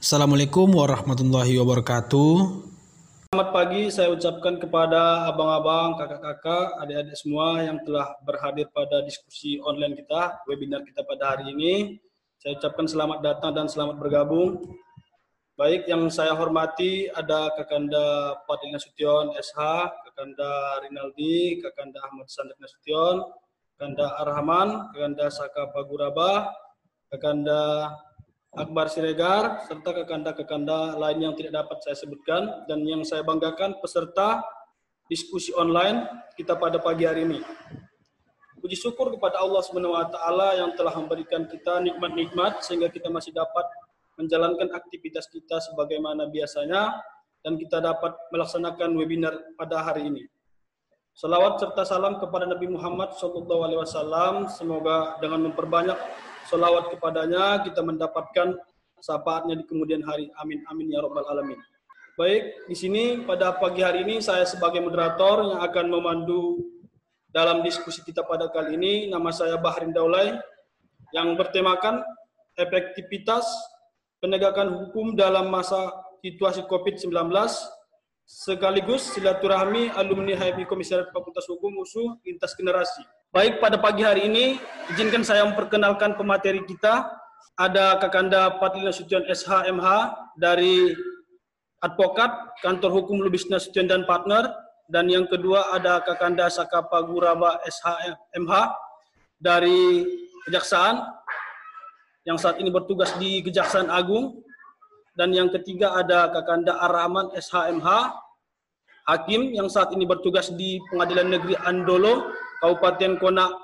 Assalamualaikum warahmatullahi wabarakatuh. Selamat pagi saya ucapkan kepada abang-abang, kakak-kakak, adik-adik semua yang telah berhadir pada diskusi online kita, webinar kita pada hari ini. Saya ucapkan selamat datang dan selamat bergabung. Baik, yang saya hormati ada Kakanda Fadil Nasution SH, Kakanda Rinaldi, Kakanda Ahmad Sandri Nasution, Kakanda Arhaman, Kakanda Saka Paguraba, Kakanda Akbar Siregar, serta kakanda-kakanda lain yang tidak dapat saya sebutkan, dan yang saya banggakan peserta diskusi online kita pada pagi hari ini. Puji syukur kepada Allah SWT yang telah memberikan kita nikmat-nikmat sehingga kita masih dapat menjalankan aktivitas kita sebagaimana biasanya dan kita dapat melaksanakan webinar pada hari ini. Salawat serta salam kepada Nabi Muhammad SAW. Semoga dengan memperbanyak salawat kepadanya kita mendapatkan syafaatnya di kemudian hari. Amin amin ya rabbal alamin. Baik, di sini pada pagi hari ini saya sebagai moderator yang akan memandu dalam diskusi kita pada kali ini. Nama saya Bahrin Daulay yang bertemakan efektivitas penegakan hukum dalam masa situasi COVID-19 sekaligus silaturahmi alumni HMI Komisariat Fakultas Hukum USU lintas generasi. Baik, pada pagi hari ini izinkan saya memperkenalkan pemateri kita. Ada Kakanda Fadil Nasution SH MH dari advokat Kantor Hukum Lubis Nasution dan Partner, dan yang kedua ada Kakanda Saka Paguraba SH MH dari Kejaksaan yang saat ini bertugas di Kejaksaan Agung. Dan yang ketiga ada Kakanda Arhaman SHMH, Hakim yang saat ini bertugas di Pengadilan Negeri Andolo, Kabupaten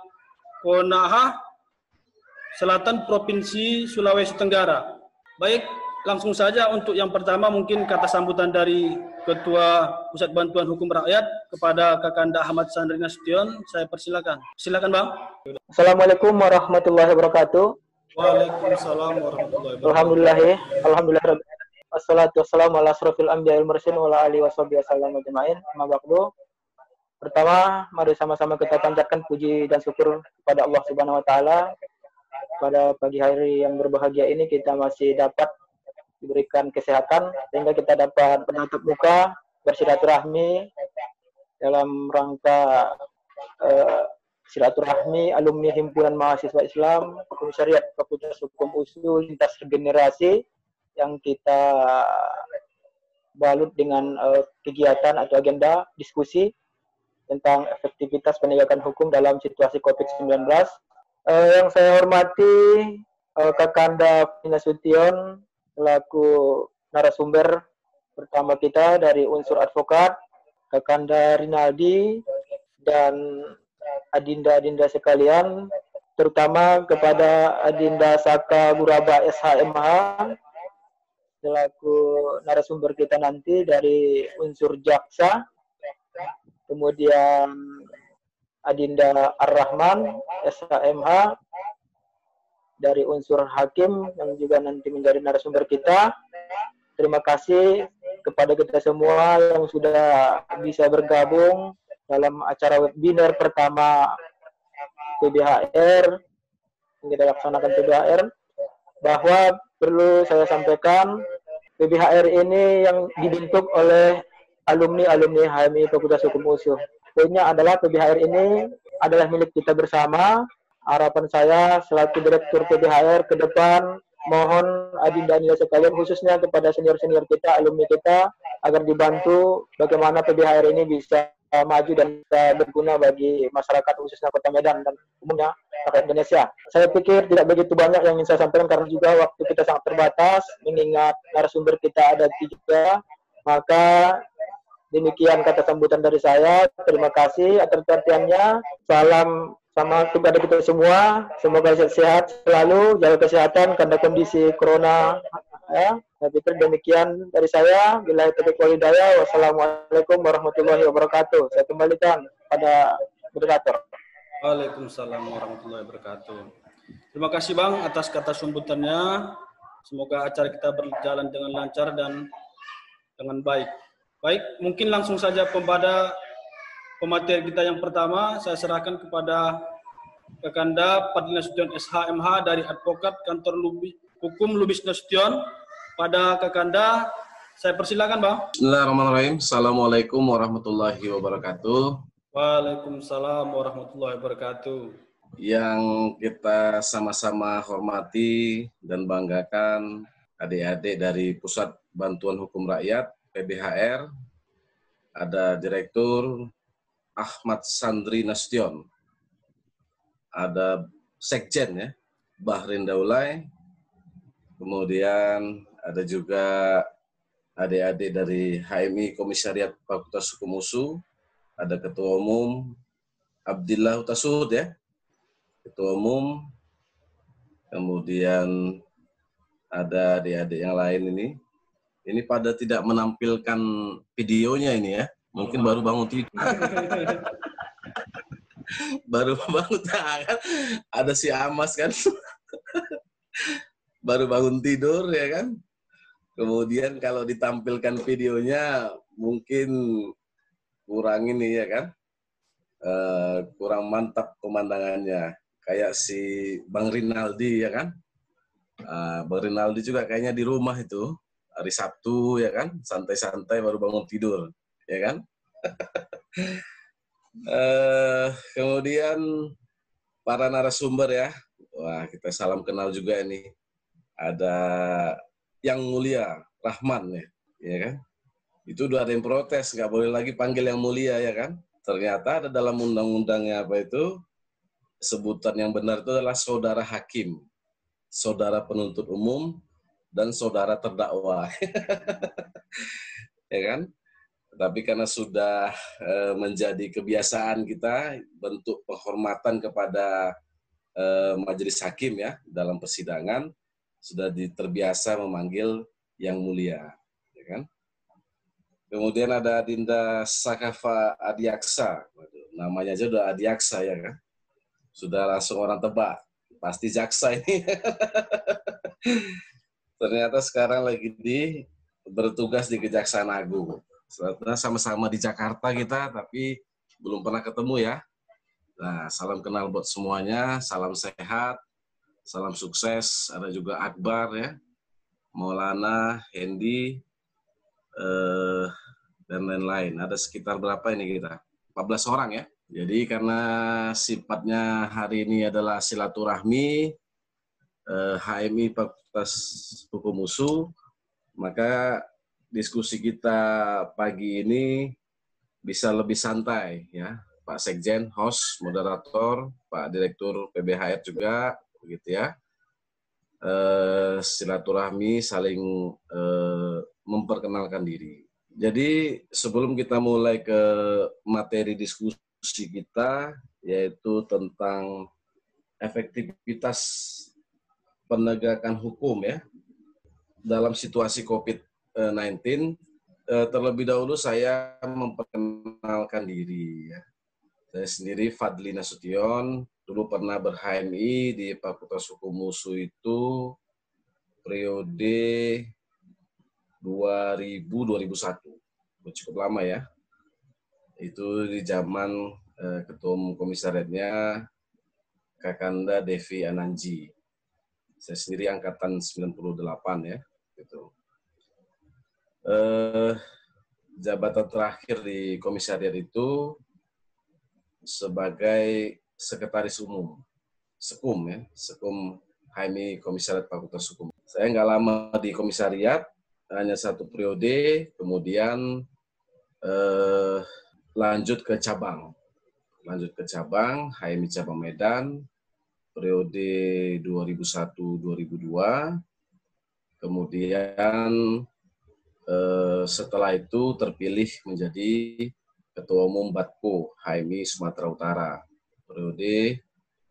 Konaha Selatan, Provinsi Sulawesi Tenggara. Baik, langsung saja untuk yang pertama mungkin kata sambutan dari Ketua Pusat Bantuan Hukum Rakyat kepada Kakanda Ahmad Sandri Nasution. Saya persilakan. Silakan, Bang. Assalamualaikum warahmatullahi wabarakatuh. Waalaikumsalam warahmatullahi wabarakatuh. Alhamdulillah. Wassalatu wassalamu ala asrofil anbiya wal mursalin wa ala alihi washabihi wasallam ajma'in. Amma ba'du. Pertama, mari sama-sama kita panjatkan puji dan syukur kepada Allah Subhanahu wa taala. Pada pagi hari yang berbahagia ini kita masih dapat diberikan kesehatan sehingga kita dapat bertatap muka, bersilaturahmi dalam rangka silaturahmi alumni Himpunan Mahasiswa Islam Komisariat Fakultas Hukum USU lintas generasi yang kita balut dengan kegiatan atau agenda diskusi tentang efektivitas penegakan hukum dalam situasi COVID-19. Yang saya hormati Kakanda Fadil Nasution selaku narasumber pertama kita dari unsur advokat, Kakanda Rinaldi, dan adinda-adinda sekalian, terutama kepada Adinda Saka Guraba SHMH selaku narasumber kita nanti dari unsur jaksa, kemudian Adinda Ar-Rahman SHMH dari unsur hakim yang juga nanti menjadi narasumber kita. Terima kasih kepada kita semua yang sudah bisa bergabung dalam acara webinar pertama PBHR yang kita laksanakan PBHR, bahwa perlu saya sampaikan PBHR ini yang dibentuk oleh alumni HMI Fakultas Hukum USU. Poinnya adalah PBHR ini adalah milik kita bersama. Harapan saya selaku Direktur PBHR ke depan, mohon adinda-adinda sekalian khususnya kepada senior-senior kita, alumni kita, agar dibantu bagaimana PBHR ini bisa maju dan bisa berguna bagi masyarakat khususnya Kota Medan dan umumnya rakyat Indonesia. Saya pikir tidak begitu banyak yang ingin saya sampaikan karena juga waktu kita sangat terbatas, mengingat narasumber kita ada 3. Maka demikian kata sambutan dari saya. Terima kasih atas perhatiannya. Salam sama kepada kita semua. Semoga sehat selalu, jaga kesehatan karena kondisi corona. Ya, saya pikir demikian dari saya. Billahi taufiq wal hidayah. Wassalamualaikum warahmatullahi wabarakatuh. Saya kembalikan pada moderator. Waalaikumsalam warahmatullahi wabarakatuh. Terima kasih, Bang, atas kata sambutannya. Semoga acara kita berjalan dengan lancar dan dengan baik. Baik, mungkin langsung saja kepada pemateri kita yang pertama. Saya serahkan kepada Kakanda Fadil Nasution SHMH dari advokat Kantor Hukum Lubis Nasution, pada Kakanda. Saya persilakan, Bang. Bismillahirrahmanirrahim. Assalamualaikum warahmatullahi wabarakatuh. Waalaikumsalam warahmatullahi wabarakatuh. Yang kita sama-sama hormati dan banggakan adik-adik dari Pusat Bantuan Hukum Rakyat, PBHR, ada Direktur Ahmad Sandri Nasution, ada Sekjen ya, Bahrin Daulay, kemudian ada juga adik-adik dari HMI Komisariat Fakultas Hukum USU, ada Ketua Umum Abdillah Hutasud ya, Ketua Umum, kemudian ada adik-adik yang lain ini. Ini pada tidak menampilkan videonya ini ya, mungkin baru bangun tidur. Baru bangun tangan, ada si Amas kan, baru bangun tidur ya kan. Kemudian kalau ditampilkan videonya mungkin kurang ini ya kan, kurang mantap pemandangannya. Kayak si Bang Rinaldi ya kan, Bang Rinaldi juga kayaknya di rumah itu hari Sabtu ya kan, santai-santai baru bangun tidur ya kan. Kemudian para narasumber ya, wah kita salam kenal juga ini. Ada Yang Mulia Rahman ya kan. Itu udah ada yang protes, nggak boleh lagi panggil Yang Mulia ya kan. Ternyata ada dalam undang-undangnya apa itu, sebutan yang benar itu adalah saudara hakim, saudara penuntut umum, dan saudara terdakwa. Ya kan? Tapi karena sudah menjadi kebiasaan kita, bentuk penghormatan kepada majelis hakim ya dalam persidangan, sudah terbiasa memanggil Yang Mulia, ya kan? Kemudian ada Dinda Sakafa Adiaksa, namanya aja udah Adiaksa ya kan? Sudah langsung orang tebak, pasti jaksa ini. Ternyata sekarang lagi bertugas di Kejaksaan Agung. Sebenarnya sama-sama di Jakarta kita, tapi belum pernah ketemu ya. Nah, salam kenal buat semuanya, salam sehat, salam sukses. Ada juga Akbar ya, Maulana, Hendy, dan lain-lain. Ada sekitar berapa ini kita? 14 orang ya. Jadi karena sifatnya hari ini adalah silaturahmi, HMI Fakultas Hukum USU, maka diskusi kita pagi ini bisa lebih santai ya. Pak Sekjen, host, moderator, Pak Direktur PBHR juga, begitu ya. Silaturahmi, saling memperkenalkan diri. Jadi sebelum kita mulai ke materi diskusi kita, yaitu tentang efektivitas penegakan hukum ya dalam situasi COVID-19, terlebih dahulu saya memperkenalkan diri ya. Saya sendiri Fadli Nasution, dulu pernah ber-HMI di Fakultas Hukum USU itu periode 2000-2001, cukup lama ya. Itu di zaman Ketua Umum Komisariatnya Kakanda Devi Ananji. Saya sendiri angkatan 98 ya, gitu. Jabatan terakhir di komisariat itu sebagai sekretaris umum, Sekum ya, Sekum HMI Komisariat Fakultas Hukum. Saya nggak lama di komisariat, hanya 1 periode, kemudian lanjut ke cabang HMI Cabang Medan, periode 2001-2002, kemudian setelah itu terpilih menjadi Ketua Umum Batko HMI Sumatera Utara, periode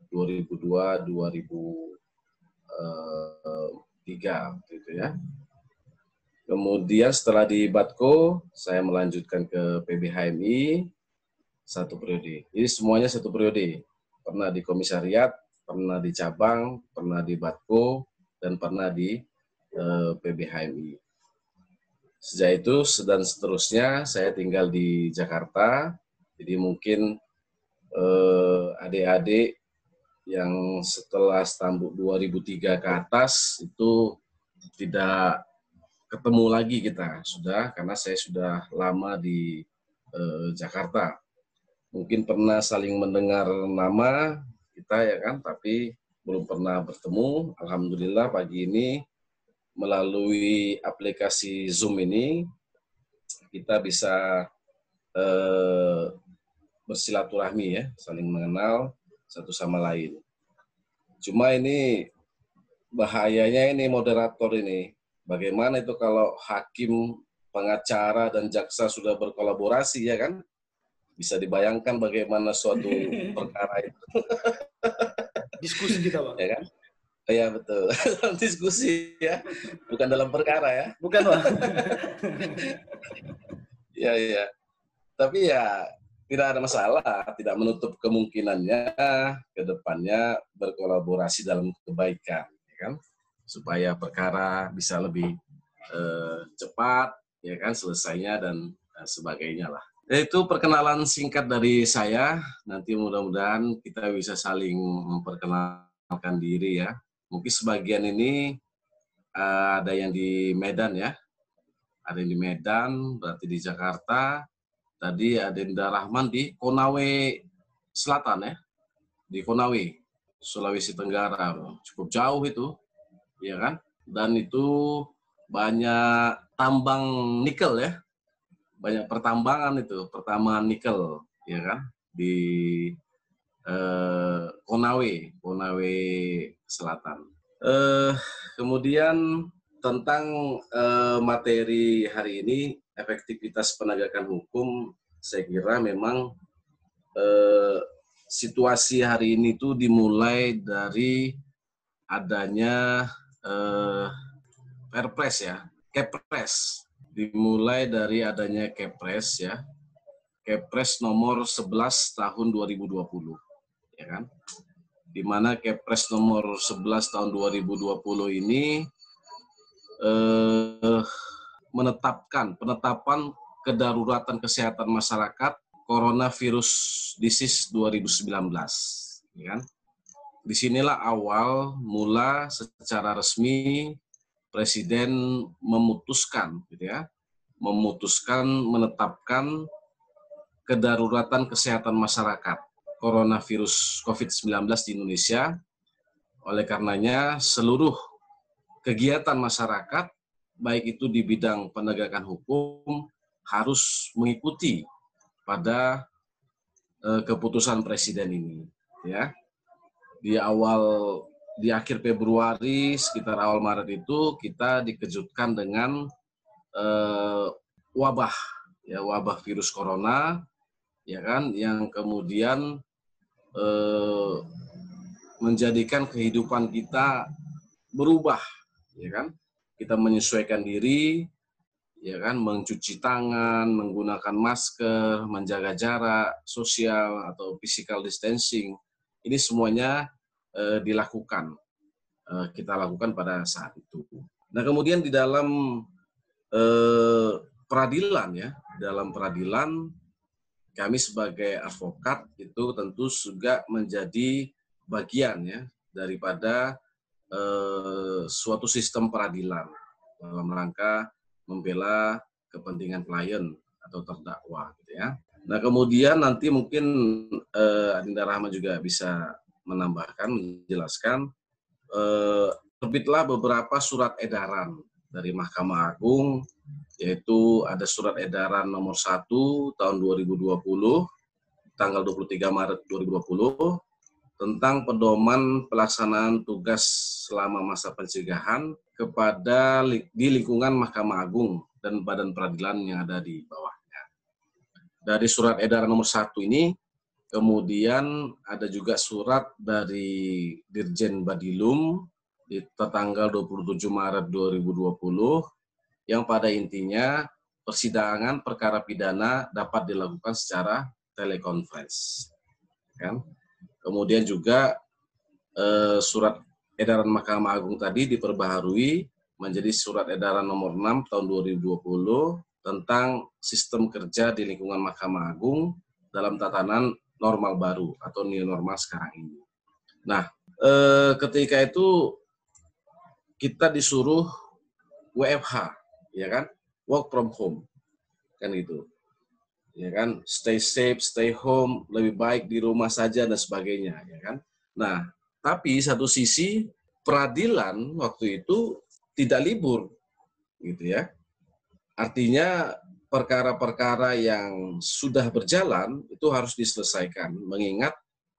2002-2003, gitu ya. Kemudian setelah di Batko, saya melanjutkan ke PBHMI 1 periode. Jadi semuanya 1 periode. Pernah di komisariat, pernah di cabang, pernah di Batko, dan pernah di PBHMI. Sejak itu dan seterusnya saya tinggal di Jakarta. Jadi mungkin adik-adik yang setelah Stambuk 2003 ke atas itu tidak ketemu lagi kita sudah, karena saya sudah lama di Jakarta. Mungkin pernah saling mendengar nama kita ya kan, tapi belum pernah bertemu. Alhamdulillah pagi ini melalui aplikasi Zoom ini kita bisa bersilaturahmi ya, saling mengenal satu sama lain. Cuma ini bahayanya ini moderator ini. Bagaimana itu kalau hakim, pengacara, dan jaksa sudah berkolaborasi ya kan? Bisa dibayangkan bagaimana suatu perkara itu. Diskusi kita, Pak. Ya kan? Iya betul. Diskusi ya, bukan dalam perkara ya. Bukan, Pak. Iya, iya. Tapi ya tidak ada masalah, tidak menutup kemungkinannya ke depannya berkolaborasi dalam kebaikan, ya kan? Supaya perkara bisa lebih cepat, ya kan, selesainya dan sebagainya lah. Itu perkenalan singkat dari saya. Nanti mudah-mudahan kita bisa saling memperkenalkan diri ya. Mungkin sebagian ini ada yang di Medan ya. Ada yang di Medan, berarti di Jakarta. Tadi Adinda Rahman di Konawe Selatan ya. Di Konawe, Sulawesi Tenggara. Cukup jauh itu, ya kan? Dan itu banyak tambang nikel ya. Banyak pertambangan itu, pertambangan nikel, ya kan? Di Konawe Selatan. Kemudian tentang materi hari ini, efektivitas penegakan hukum, saya kira memang situasi hari ini itu dimulai dari adanya Perpres ya, Kepres. Dimulai dari adanya Kepres ya, Kepres nomor 11 tahun 2020, ya kan? Di mana Kepres nomor 11 tahun 2020 ini menetapkan penetapan kedaruratan kesehatan masyarakat coronavirus disease 2019, ya kan? Disinilah awal mula secara resmi Presiden memutuskan, gitu ya, menetapkan kedaruratan kesehatan masyarakat coronavirus COVID-19 di Indonesia. Oleh karenanya seluruh kegiatan masyarakat, baik itu di bidang penegakan hukum, harus mengikuti pada keputusan Presiden ini. Ya, di akhir Februari, sekitar awal Maret itu kita dikejutkan dengan wabah virus corona, ya kan, yang kemudian menjadikan kehidupan kita berubah, ya kan? Kita menyesuaikan diri, ya kan, mencuci tangan, menggunakan masker, menjaga jarak sosial atau physical distancing. Ini semuanya dilakukan, kita lakukan pada saat itu. Nah, kemudian di dalam peradilan ya, dalam peradilan kami sebagai advokat itu tentu juga menjadi bagian ya daripada suatu sistem peradilan dalam rangka membela kepentingan klien atau terdakwa, gitu ya. Nah, kemudian nanti mungkin Adinda Rahman juga bisa menambahkan, menjelaskan, terbitlah beberapa surat edaran dari Mahkamah Agung, yaitu ada surat edaran nomor 1 tahun 2020, tanggal 23 Maret 2020, tentang pedoman pelaksanaan tugas selama masa pencegahan di lingkungan Mahkamah Agung dan badan peradilan yang ada di bawahnya. Dari surat edaran nomor 1 ini, kemudian ada juga surat dari Dirjen Badilum di tanggal 27 Maret 2020 yang pada intinya persidangan perkara pidana dapat dilakukan secara telekonferensi. Kan? Kemudian juga surat edaran Mahkamah Agung tadi diperbaharui menjadi surat edaran nomor 6 tahun 2020 tentang sistem kerja di lingkungan Mahkamah Agung dalam tatanan normal baru atau new normal sekarang ini. Nah, ketika itu kita disuruh WFH ya kan, work from home, kan gitu, ya kan, stay safe, stay home, lebih baik di rumah saja dan sebagainya, ya kan. Nah, tapi satu sisi peradilan waktu itu tidak libur, gitu ya. Artinya perkara-perkara yang sudah berjalan itu harus diselesaikan, mengingat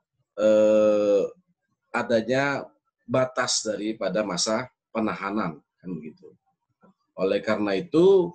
adanya batas daripada masa penahanan, kan begitu. Oleh karena itu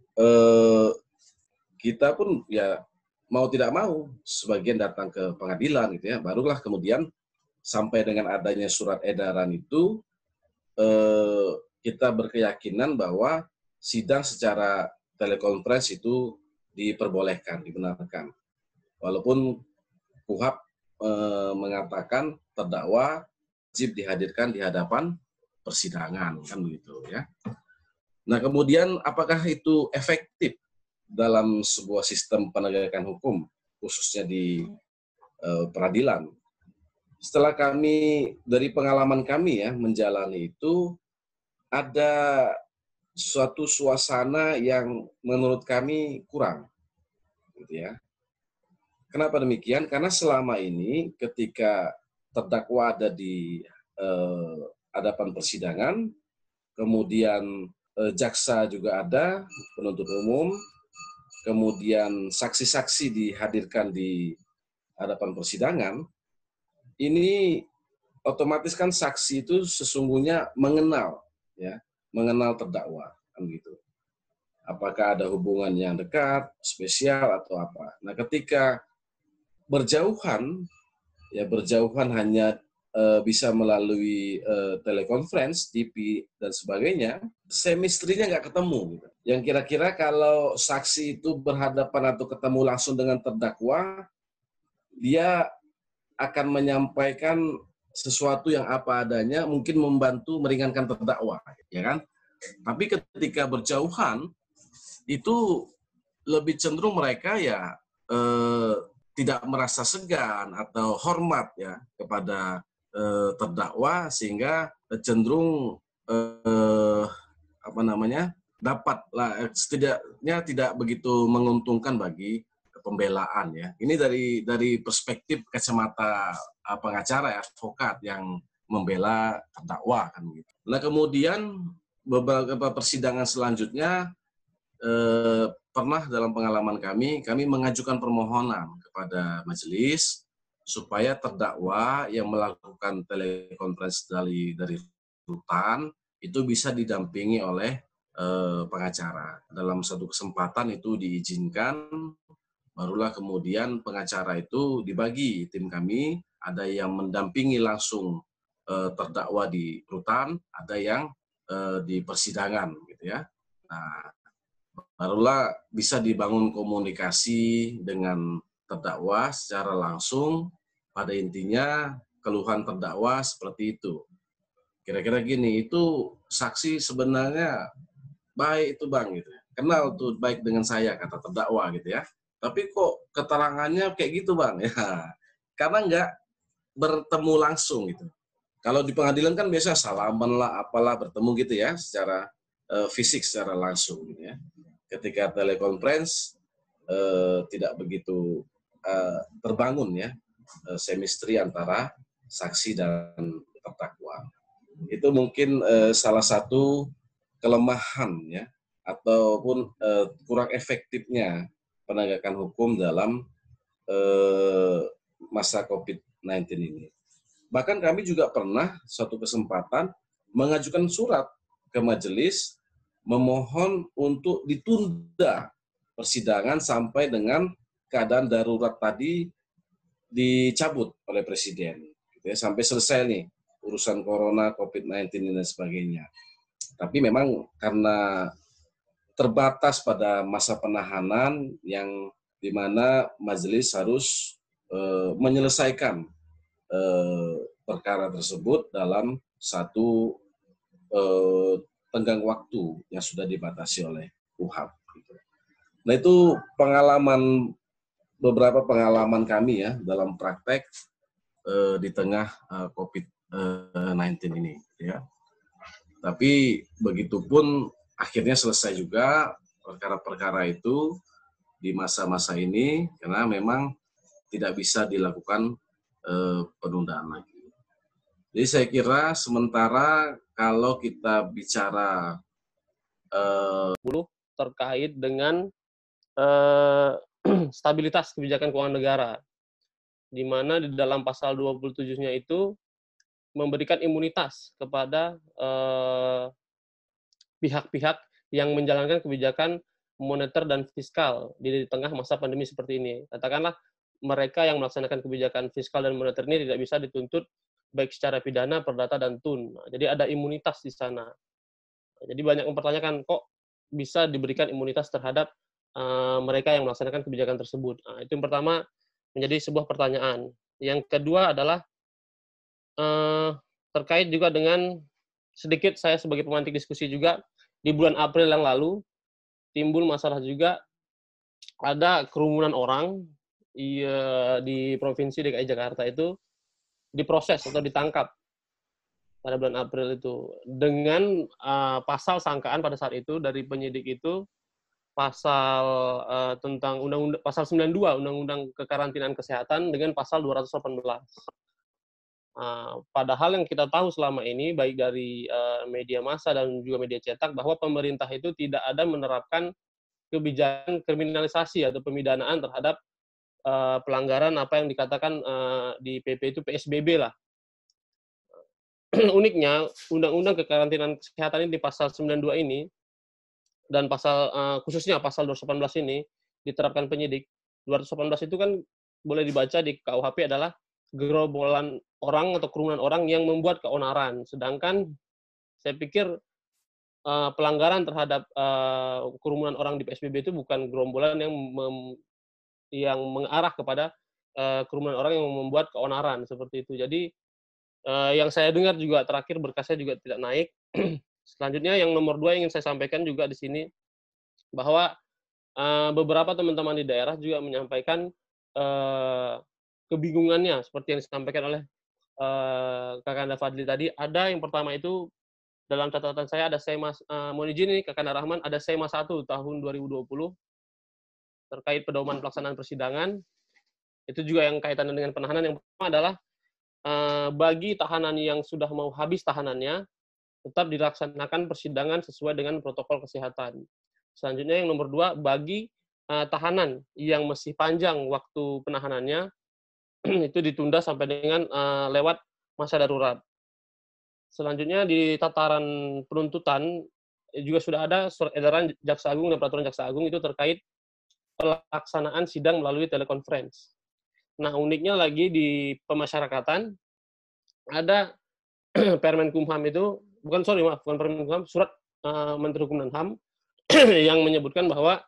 kita pun ya mau tidak mau sebagian datang ke pengadilan gitu ya, barulah kemudian sampai dengan adanya surat edaran itu kita berkeyakinan bahwa sidang secara telekonferensi itu diperbolehkan, dibenarkan. Walaupun KUHP mengatakan terdakwa wajib dihadirkan di hadapan persidangan, kan begitu ya. Nah, kemudian apakah itu efektif dalam sebuah sistem penegakan hukum, khususnya di peradilan? Setelah kami, dari pengalaman kami ya, menjalani itu, ada suatu suasana yang menurut kami kurang, gitu ya. Kenapa demikian? Karena selama ini ketika terdakwa ada di hadapan persidangan, kemudian jaksa juga ada, penuntut umum, kemudian saksi-saksi dihadirkan di hadapan persidangan, ini otomatis kan saksi itu sesungguhnya mengenal, ya, mengenal terdakwa, kan gitu. Apakah ada hubungan yang dekat, spesial atau apa. Nah, ketika berjauhan, ya berjauhan hanya bisa melalui telekonferensi, TV dan sebagainya, chemistry-nya nggak ketemu. Gitu. Yang kira-kira kalau saksi itu berhadapan atau ketemu langsung dengan terdakwa, dia akan menyampaikan sesuatu yang apa adanya, mungkin membantu meringankan terdakwa, ya kan? Tapi ketika berjauhan, itu lebih cenderung mereka ya tidak merasa segan atau hormat ya kepada terdakwa, sehingga cenderung dapatlah setidaknya tidak begitu menguntungkan bagi pembelaan ya. Ini dari perspektif kacamata pengacara ya, advokat yang membela terdakwa kan gitu. Nah, kemudian beberapa persidangan selanjutnya pernah dalam pengalaman kami mengajukan permohonan kepada majelis supaya terdakwa yang melakukan telekonferensi dari rutan itu bisa didampingi oleh pengacara. Dalam satu kesempatan itu diizinkan, barulah kemudian pengacara itu dibagi tim kami, ada yang mendampingi langsung terdakwa di rutan, ada yang di persidangan gitu ya. Nah, barulah bisa dibangun komunikasi dengan terdakwa secara langsung. Pada intinya keluhan terdakwa seperti itu. Kira-kira gini, itu saksi sebenarnya baik itu Bang gitu. Kenal tuh baik dengan saya, kata terdakwa gitu ya. Tapi kok keterangannya kayak gitu Bang ya. Karena nggak bertemu langsung gitu. Kalau di pengadilan kan biasa salaman lah, apalah, bertemu gitu ya secara fisik, secara langsung gitu ya. Ketika telekonferensi tidak begitu terbangun ya chemistry antara saksi dan terdakwa. Itu mungkin salah satu kelemahan ya, ataupun kurang efektifnya penegakan hukum dalam masa COVID-19 ini. Bahkan kami juga pernah suatu kesempatan mengajukan surat ke majelis memohon untuk ditunda persidangan sampai dengan keadaan darurat tadi dicabut oleh Presiden. Gitu ya, sampai selesai nih urusan corona, COVID-19 dan sebagainya. Tapi memang karena terbatas pada masa penahanan yang dimana majelis harus menyelesaikan perkara tersebut dalam satu tenggang waktu yang sudah dibatasi oleh KUHP. Nah, itu beberapa pengalaman kami ya dalam praktek di tengah COVID-19 ini. Ya. Tapi begitupun akhirnya selesai juga perkara-perkara itu di masa-masa ini, karena memang tidak bisa dilakukan penundaan lagi. Jadi saya kira sementara kalau kita bicara terkait dengan stabilitas kebijakan keuangan negara, di mana di dalam pasal 27-nya itu memberikan imunitas kepada pihak-pihak yang menjalankan kebijakan moneter dan fiskal di tengah masa pandemi seperti ini. Katakanlah mereka yang melaksanakan kebijakan fiskal dan moneter ini tidak bisa dituntut baik secara pidana, perdata, dan tun. Jadi ada imunitas di sana. Jadi banyak mempertanyakan kok bisa diberikan imunitas terhadap mereka yang melaksanakan kebijakan tersebut. Nah, itu yang pertama menjadi sebuah pertanyaan. Yang kedua adalah terkait juga dengan sedikit saya sebagai pemantik diskusi juga, di bulan April yang lalu timbul masalah juga, ada kerumunan orang di Provinsi DKI Jakarta itu diproses atau ditangkap pada bulan April itu dengan pasal sangkaan pada saat itu dari penyidik itu pasal tentang undang-undang pasal 92 Undang-Undang Kekarantinaan Kesehatan dengan pasal 218. Padahal yang kita tahu selama ini baik dari media massa dan juga media cetak bahwa pemerintah itu tidak ada menerapkan kebijakan kriminalisasi atau pemidanaan terhadap pelanggaran apa yang dikatakan di PP itu PSBB lah. Uniknya, Undang-Undang Kekarantinaan Kesehatan ini di pasal 92 ini, dan pasal khususnya pasal 218 ini, diterapkan penyidik. 218 itu kan boleh dibaca di KUHP adalah gerombolan orang atau kerumunan orang yang membuat keonaran. Sedangkan saya pikir pelanggaran terhadap kerumunan orang di PSBB itu bukan gerombolan yang mengarah kepada kerumunan orang yang membuat keonaran seperti itu. Jadi yang saya dengar juga terakhir berkasnya juga tidak naik. Selanjutnya yang nomor 2 yang ingin saya sampaikan juga di sini bahwa beberapa teman-teman di daerah juga menyampaikan kebingungannya seperti yang disampaikan oleh Kakanda Fadli tadi. Ada yang pertama itu dalam catatan saya ada SEMA, mohon izin nih Kakanda Rahman, ada SEMA 1 tahun 2020 terkait pedoman pelaksanaan persidangan. Itu juga yang kaitannya dengan penahanan. Yang pertama adalah bagi tahanan yang sudah mau habis tahanannya, tetap dilaksanakan persidangan sesuai dengan protokol kesehatan. Selanjutnya yang nomor 2, bagi tahanan yang masih panjang waktu penahanannya, itu ditunda sampai dengan lewat masa darurat. Selanjutnya di tataran penuntutan, juga sudah ada surat edaran Jaksa Agung dan Peraturan Jaksa Agung itu terkait pelaksanaan sidang melalui telekonferensi. Nah, uniknya lagi di pemasyarakatan, ada Permenkumham itu, bukan Permenkumham, surat Menteri Hukum dan HAM yang menyebutkan bahwa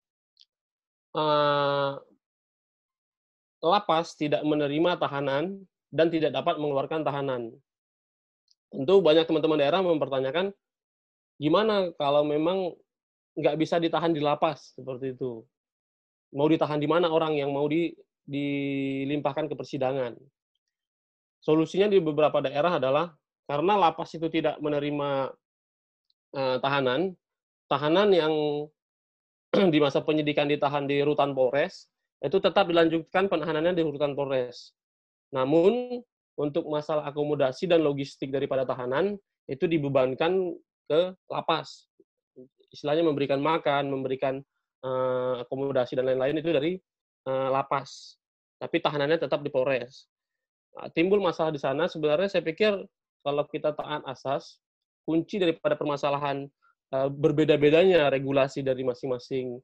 lapas tidak menerima tahanan dan tidak dapat mengeluarkan tahanan. Tentu banyak teman-teman daerah mempertanyakan, gimana kalau memang nggak bisa ditahan di lapas, seperti itu. Mau ditahan di mana orang yang mau dilimpahkan ke persidangan? Solusinya di beberapa daerah adalah karena lapas itu tidak menerima tahanan yang di masa penyidikan ditahan di rutan Polres, itu tetap dilanjutkan penahanannya di rutan Polres. Namun, untuk masalah akomodasi dan logistik daripada tahanan, itu dibebankan ke lapas. Istilahnya memberikan makan, memberikan akomodasi dan lain-lain itu dari lapas. Tapi tahanannya tetap di Polres. Timbul masalah di sana, sebenarnya saya pikir kalau kita taat asas, kunci daripada permasalahan berbeda-bedanya regulasi dari masing-masing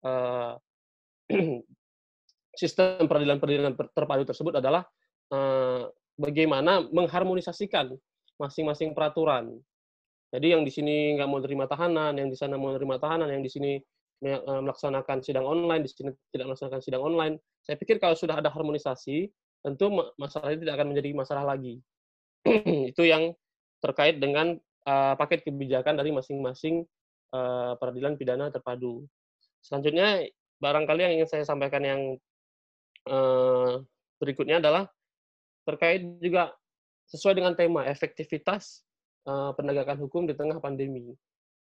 sistem peradilan terpadu tersebut adalah bagaimana mengharmonisasikan masing-masing peraturan. Jadi yang di sini nggak mau terima tahanan, yang di sana mau terima tahanan, yang di sini melaksanakan sidang online, di sini tidak melaksanakan sidang online. Saya pikir kalau sudah ada harmonisasi, tentu masalah ini tidak akan menjadi masalah lagi. Itu yang terkait dengan paket kebijakan dari masing-masing peradilan pidana terpadu. Selanjutnya, barangkali yang ingin saya sampaikan yang berikutnya adalah terkait juga sesuai dengan tema efektivitas penegakan hukum di tengah pandemi.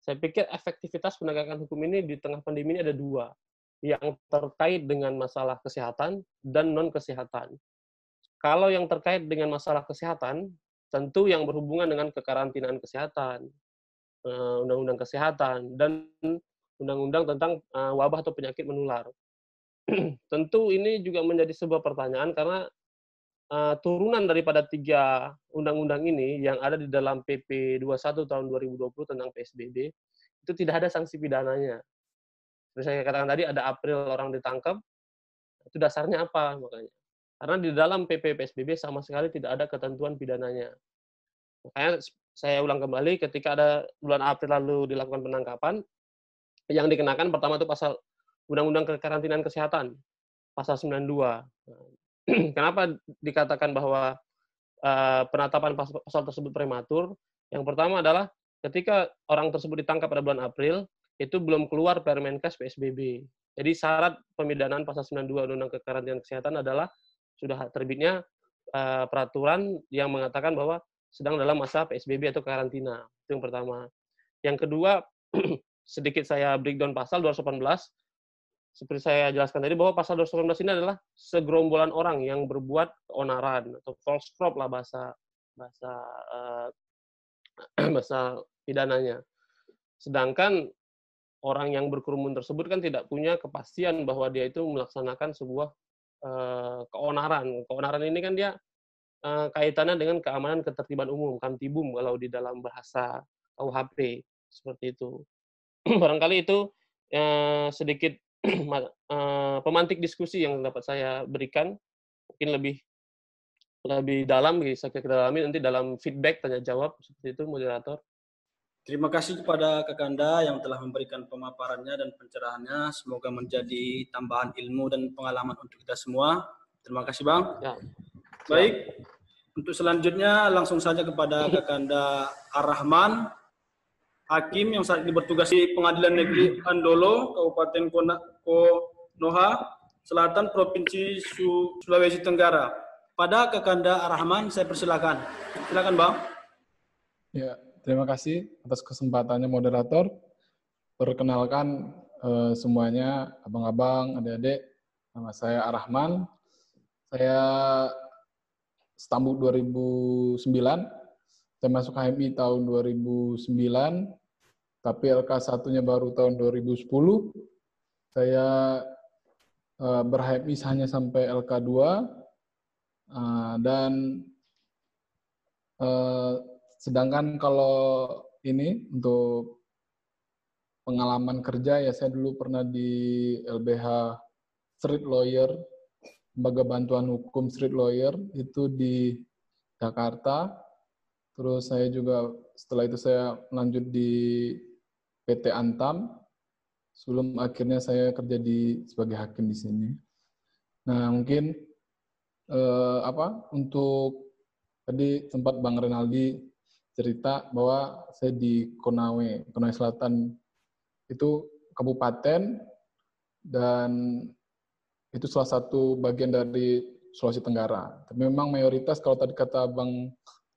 Saya pikir efektivitas penegakan hukum ini di tengah pandemi ini ada dua, yang terkait dengan masalah kesehatan dan non-kesehatan. Kalau yang terkait dengan masalah kesehatan, tentu yang berhubungan dengan kekarantinaan kesehatan, undang-undang kesehatan, dan undang-undang tentang wabah atau penyakit menular. Tentu ini juga menjadi sebuah pertanyaan karena turunan daripada 3 undang-undang ini yang ada di dalam PP 21 tahun 2020 tentang PSBB, itu tidak ada sanksi pidananya. Seperti saya katakan tadi, ada April orang ditangkap, itu dasarnya apa makanya? Karena di dalam PP PSBB sama sekali tidak ada ketentuan pidananya. Makanya saya ulang kembali, ketika ada bulan April lalu dilakukan penangkapan, yang dikenakan pertama itu pasal Undang-Undang Kekarantinaan Kesehatan, pasal 92. Kenapa dikatakan bahwa penetapan pasal tersebut prematur? Yang pertama adalah ketika orang tersebut ditangkap pada bulan April, itu belum keluar Permenkes PSBB. Jadi syarat pemidanaan pasal 92 Undang-Undang Kekarantinaan Kesehatan adalah sudah terbitnya peraturan yang mengatakan bahwa sedang dalam masa PSBB atau karantina. Itu yang pertama. Yang kedua, sedikit saya breakdown pasal 218. Seperti saya jelaskan tadi bahwa pasal 218 ini adalah segerombolan orang yang berbuat keonaran atau false prop lah bahasa pidananya. Sedangkan orang yang berkerumun tersebut kan tidak punya kepastian bahwa dia itu melaksanakan sebuah keonaran. Keonaran ini kan dia kaitannya dengan keamanan ketertiban umum, kamtibum kalau di dalam bahasa KUHP, seperti itu. Barangkali itu sedikit pemantik diskusi yang dapat saya berikan, mungkin lebih dalam bisa kita dalami nanti dalam feedback tanya jawab, seperti itu moderator. Terima kasih kepada Kakanda yang telah memberikan pemaparannya dan pencerahannya. Semoga menjadi tambahan ilmu dan pengalaman untuk kita semua. Terima kasih, Bang. Ya. Baik, untuk selanjutnya langsung saja kepada Kakanda Ar-Rahman, Hakim yang saat ini bertugas di Pengadilan Negeri Andolo, Kabupaten Konoha Selatan, Provinsi Sulawesi Tenggara. Pada Kakanda Ar-Rahman, saya persilakan. Silakan, Bang. Ya, terima kasih atas kesempatannya moderator. Perkenalkan semuanya, abang-abang, adik-adik. Nama saya Ar-Rahman. Saya Stambuk 2009. Saya masuk HMI tahun 2009, tapi LK1-nya baru tahun 2010. Saya ber-HMI hanya sampai LK2, dan sedangkan kalau ini untuk pengalaman kerja, ya saya dulu pernah di LBH Street Lawyer, Lembaga Bantuan Hukum Street Lawyer, itu di Jakarta. Terus saya juga setelah itu saya lanjut di PT Antam, sebelum akhirnya saya kerja sebagai hakim di sini. Nah, mungkin untuk tadi sempat Bang Renaldi cerita bahwa saya di Konawe Selatan, itu kabupaten, dan itu salah satu bagian dari Sulawesi Tenggara. Tapi memang mayoritas kalau tadi kata Bang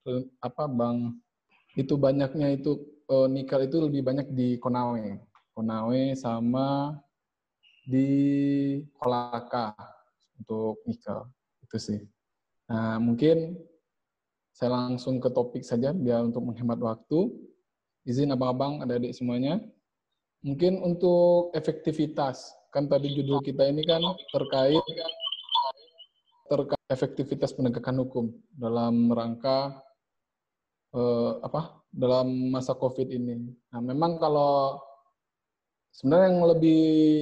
itu banyaknya itu nikel itu lebih banyak di Konawe sama di Kolaka untuk nikel itu sih. Nah, mungkin saya langsung ke topik saja biar untuk menghemat waktu. Izin abang-abang, adik-adik semuanya. Mungkin untuk efektivitas, kan tadi judul kita ini kan terkait efektivitas penegakan hukum dalam rangka dalam masa COVID ini. Nah, memang kalau sebenarnya yang lebih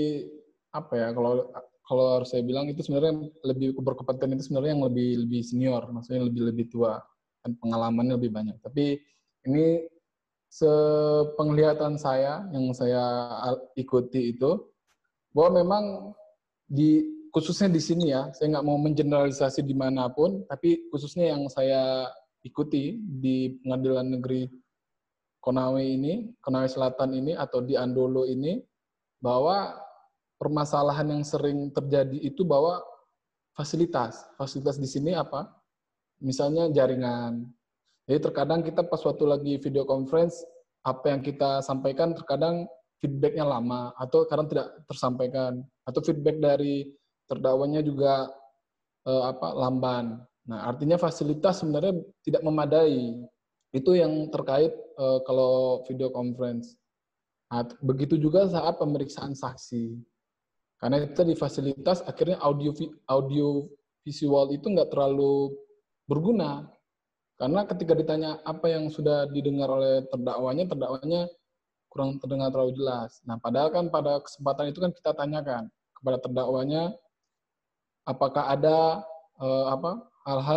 kalau harus saya bilang itu sebenarnya lebih berkompeten itu sebenarnya yang lebih senior, maksudnya lebih tua dan pengalamannya lebih banyak. Tapi ini sepenglihatan saya yang saya ikuti itu bahwa memang khususnya di sini ya, saya nggak mau mengeneralisasi dimanapun, tapi khususnya yang saya ikuti di Pengadilan Negeri Konawe Selatan ini atau di Andolo ini, bahwa permasalahan yang sering terjadi itu bahwa fasilitas di sini apa? Misalnya jaringan. Jadi terkadang kita pas waktu lagi video conference apa yang kita sampaikan terkadang feedbacknya lama atau kadang tidak tersampaikan, atau feedback dari terdakwanya juga lamban. Nah, artinya fasilitas sebenarnya tidak memadai. Itu yang terkait kalau video conference. Nah, begitu juga saat pemeriksaan saksi. Karena itu di fasilitas akhirnya audio visual itu nggak terlalu berguna. Karena ketika ditanya apa yang sudah didengar oleh terdakwanya kurang terdengar terlalu jelas. Nah, padahal kan pada kesempatan itu kan kita tanyakan kepada terdakwanya apakah ada hal-hal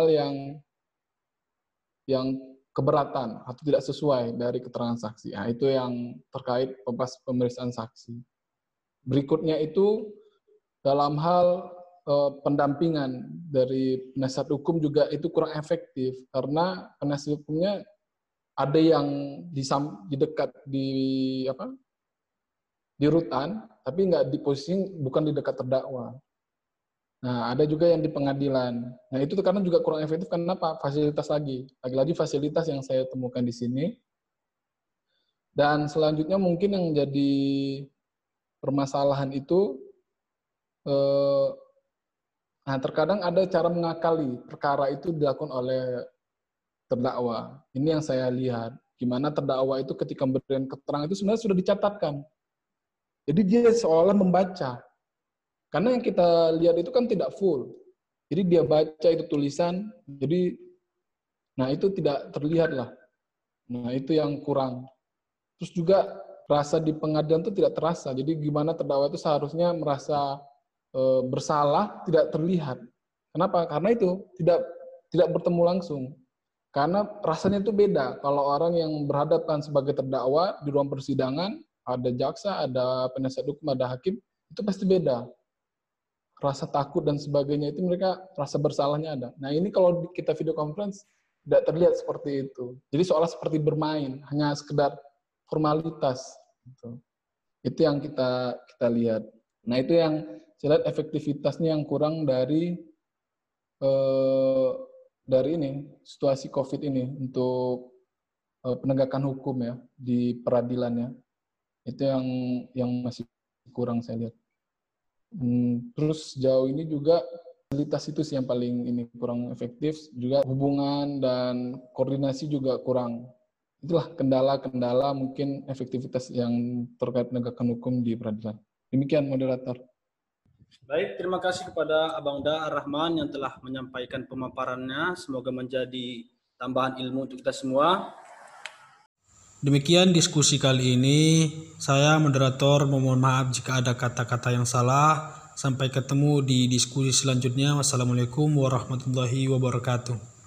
yang keberatan atau tidak sesuai dari keterangan saksi. Nah, itu yang terkait pas pemeriksaan saksi. Berikutnya itu dalam hal pendampingan dari penasihat hukum juga itu kurang efektif karena penasihat hukumnya ada yang di dekat di rutan, tapi nggak di posisi bukan di dekat terdakwa. Nah, ada juga yang di pengadilan. Nah, itu karena juga kurang efektif. Kenapa? Fasilitas lagi-lagi fasilitas yang saya temukan di sini. Dan selanjutnya mungkin yang jadi permasalahan itu, terkadang ada cara mengakali perkara itu dilakukan oleh terdakwa. Ini yang saya lihat. Gimana terdakwa itu ketika memberikan keterangan itu sebenarnya sudah dicatatkan. Jadi dia seolah membaca. Karena yang kita lihat itu kan tidak full. Jadi dia baca itu tulisan, jadi nah itu tidak terlihat lah. Nah itu yang kurang. Terus juga rasa di pengadilan itu tidak terasa. Jadi gimana terdakwa itu seharusnya merasa bersalah tidak terlihat. Kenapa? Karena itu tidak bertemu langsung. Karena rasanya itu beda. Kalau orang yang berhadapan sebagai terdakwa di ruang persidangan, ada jaksa, ada penasihat hukum, ada hakim, itu pasti beda. Rasa takut dan sebagainya itu mereka rasa bersalahnya ada. Nah ini kalau kita video conference tidak terlihat seperti itu. Jadi seolah seperti bermain, hanya sekedar formalitas. Itu yang kita lihat. Nah itu yang saya lihat efektivitasnya yang kurang dari ini situasi COVID ini untuk penegakan hukum ya di peradilannya. Itu yang masih kurang saya lihat. Terus sejauh ini juga fasilitas itu sih yang paling ini kurang efektif, juga hubungan dan koordinasi juga kurang. Itulah kendala-kendala mungkin efektivitas yang terkait penegakan hukum di peradilan. Demikian moderator. Baik, terima kasih kepada Abang Da Ar-Rahman yang telah menyampaikan pemaparannya. Semoga menjadi tambahan ilmu untuk kita semua. Demikian diskusi kali ini. Saya moderator memohon maaf jika ada kata-kata yang salah. Sampai ketemu di diskusi selanjutnya. Wassalamualaikum warahmatullahi wabarakatuh.